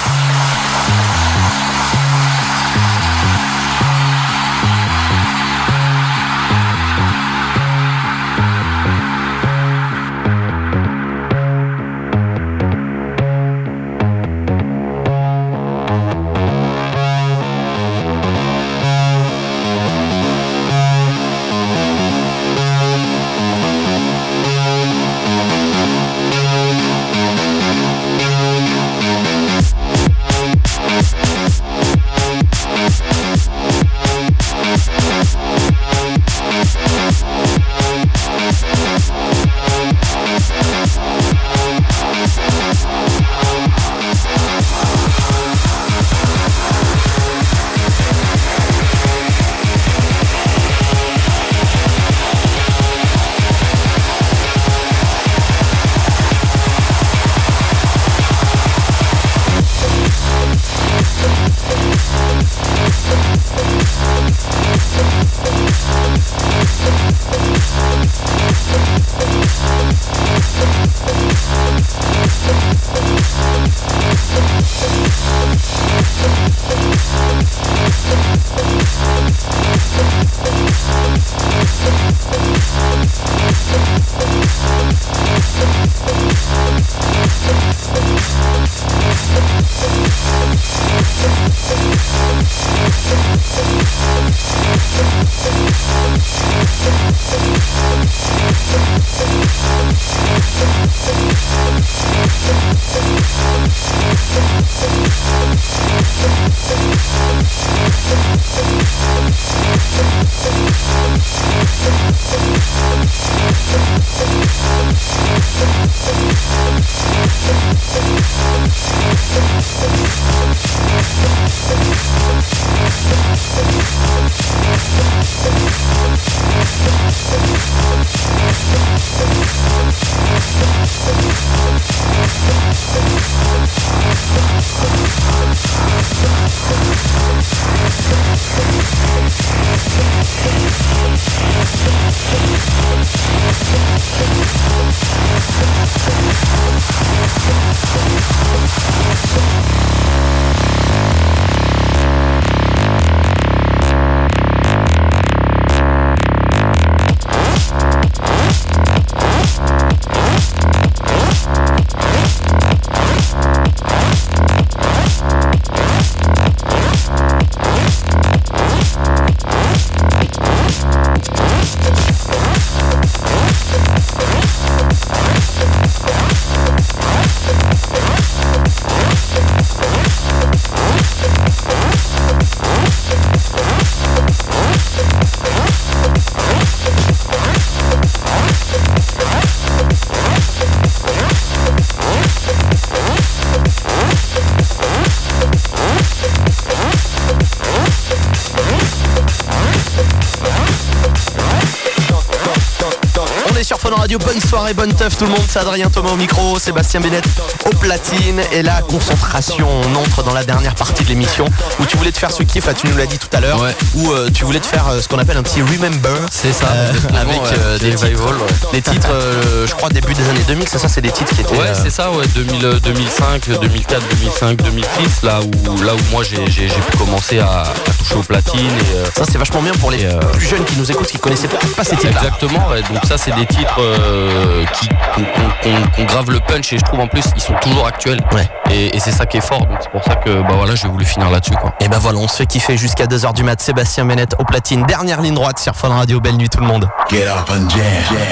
Radio, bonne soirée, bonne teuf tout le monde, c'est Adrien Thomas au micro, Sébastien Bennett au platine. Et là, concentration, on entre dans la dernière partie de l'émission où tu voulais te faire ce kiff, là, tu nous l'as dit tout à l'heure, ouais. Où euh, tu voulais te faire euh, ce qu'on appelle un petit remember. C'est ça, euh, avec ouais, euh, des revival, titres, ouais. des titres euh, je crois début des années deux mille, c'est ça, c'est des titres qui étaient... Ouais, euh... c'est ça, ouais, deux mille, deux mille cinq, deux mille quatre, deux mille cinq, deux mille six, là où, là où moi j'ai, j'ai, j'ai pu commencer à, à toucher au platine. Et, euh, ça c'est vachement bien pour les et, euh, plus jeunes qui nous écoutent, qui connaissaient pas ces titres. Exactement, ouais, donc ça c'est des titres euh, qui qu'on, qu'on, qu'on grave le punch, et je trouve en plus ils sont toujours actuels. Ouais. Et, et c'est ça qui est fort, donc c'est pour ça que bah voilà, j'ai voulu finir là-dessus, quoi. Et bah voilà, on se fait kiffer jusqu'à deux heures du mat. Sébastien Bennett au platine, dernière ligne droite sur Fun Radio. Belle nuit tout le monde. Get up and jam.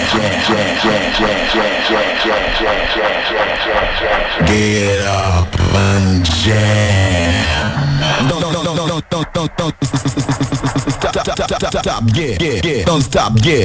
Get up and jam. Don't don't don't don't don't don't don't stop stop stop stop stop yeah yeah yeah don't stop yeah.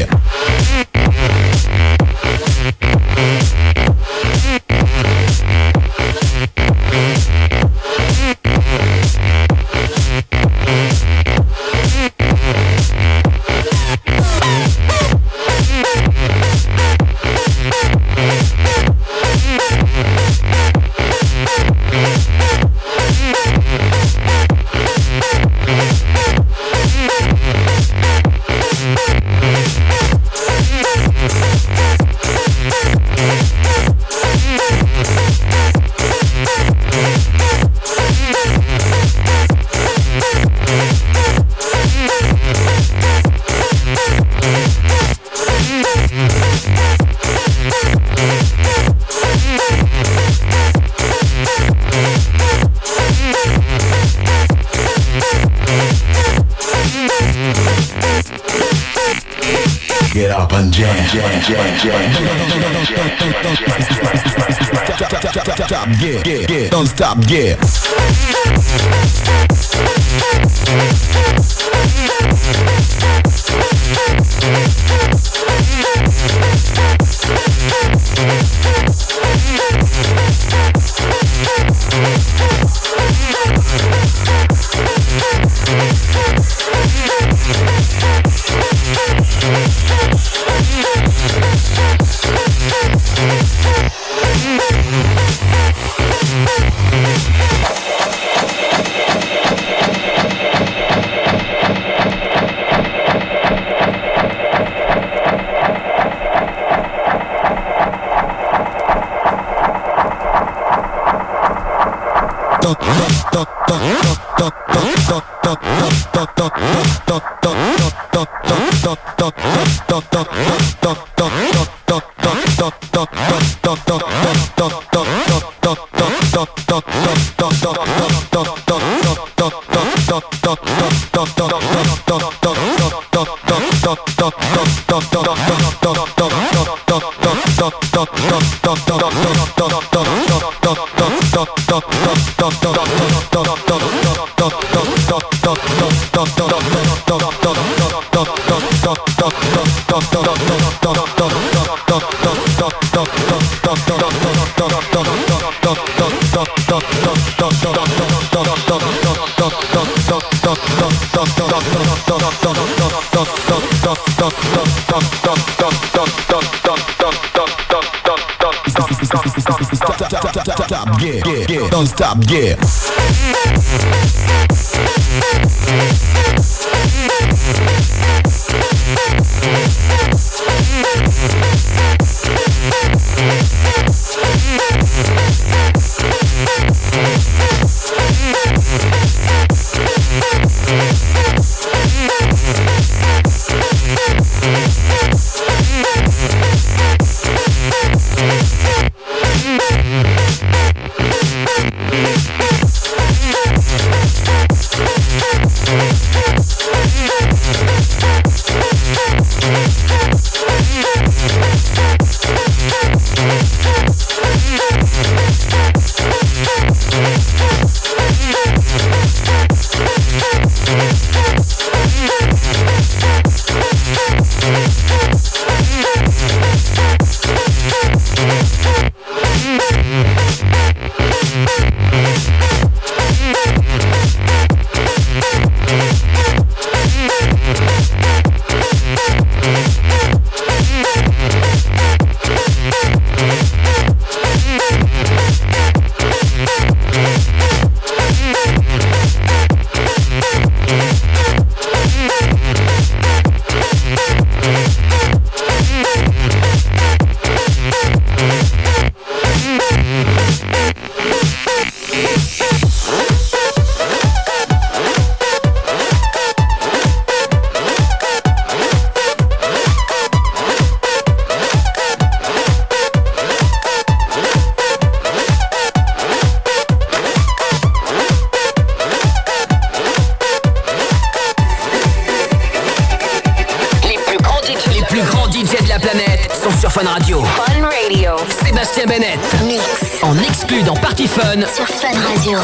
Get up and jam, jam, jam, jam, stop, get, get, get, don't stop, get. Stop, get, get, get, don't stop, get. Fun Radio. Fun Radio. Sébastien Bennett. Mix. En exclu dans Party Fun. Sur Fun Radio.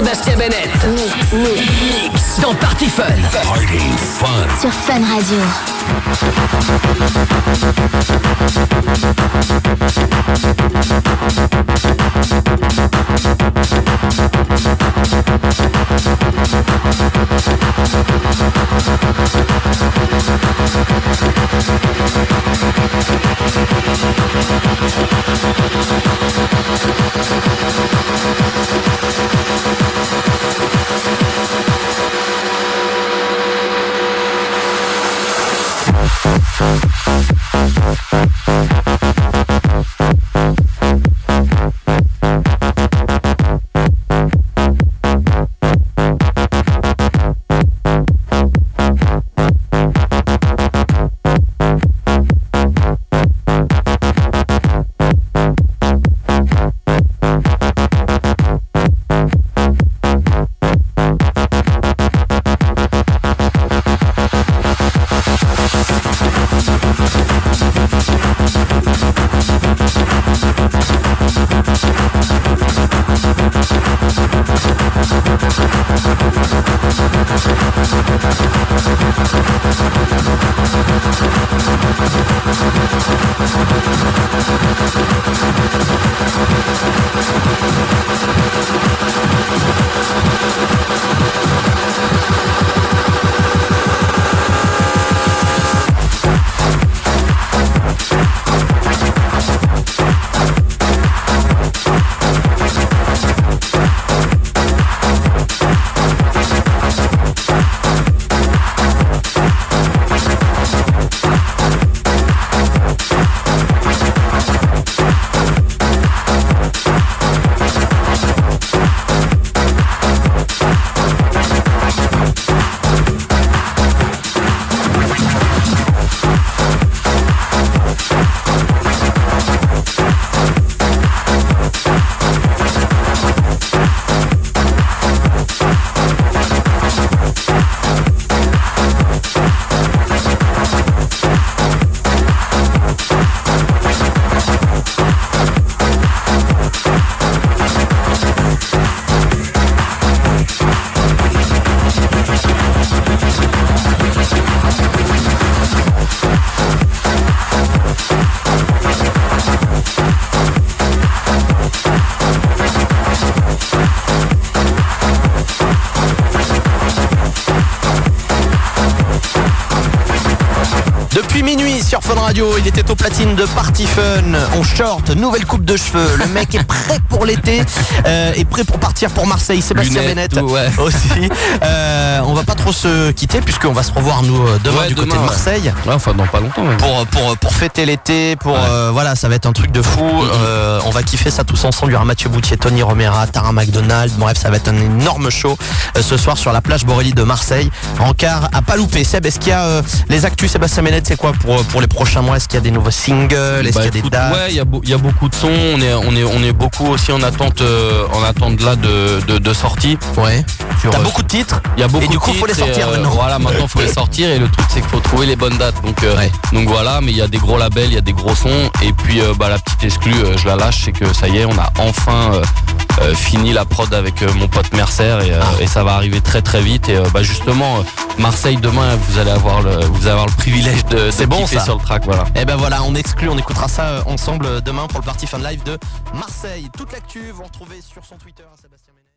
Sébastien Bennett. Mix, mix, Mix dans Party Fun. Party fun. sur Fun Radio. Depuis minuit sur Fun Radio, il était au platine de Party Fun, en short, nouvelle coupe de cheveux. Le mec est prêt pour l'été, euh, est prêt pour partir pour Marseille. Sébastien Lunettes, Bennett tout, ouais. aussi. Euh, on va pas trop se quitter puisqu'on va se revoir nous demain Ouais, du demain, côté de ouais. Marseille. Ouais, enfin, dans pas longtemps. Même. Pour, pour, pour fêter l'été, pour Ouais. euh, voilà, ça va être un truc de fou. Euh, on va kiffer ça tous ensemble. Il y aura Mathieu Boutier, Tony Romera, Tara McDonald. Bref, ça va être un énorme show euh, ce soir sur la plage Borély de Marseille. Rencard à pas louper. Seb, est-ce qu'il y a euh, les actus Sébastien Bennett, c'est quoi pour, pour les prochains mois? Est-ce qu'il y a des nouveaux singles? Est-ce Bah, qu'il y a des écoute, dates? ouais, il y, a beau- il y a beaucoup de sons. On est, on est, on est beaucoup aussi en attente, euh, en attente là de, de, de sortie. Ouais. Sur, T'as euh, beaucoup de titres? Il y a beaucoup Et du de coup, faut les titres et, sortir euh, maintenant. Voilà, maintenant faut les sortir et le truc c'est qu'il faut trouver les bonnes dates. Donc, euh, Ouais. donc voilà, mais il y a des gros labels, il y a des gros sons. Et puis euh, bah, la petite exclue, euh, je la lâche, c'est que ça y est, on a enfin euh, euh, fini la prod avec euh, mon pote Mercer et, euh, Ah. et ça va arriver très très vite. Et euh, bah, justement, euh, Marseille demain, vous allez avoir le, vous allez avoir le privilège de, de C'est bon, kiffer ça. sur le track. Voilà. Et ben voilà, on exclut, on écoutera ça euh, ensemble euh, demain pour le Party Fun Live de Marseille. Toute l'actu, vous retrouvez sur son Twitter, Sébastien Ménez.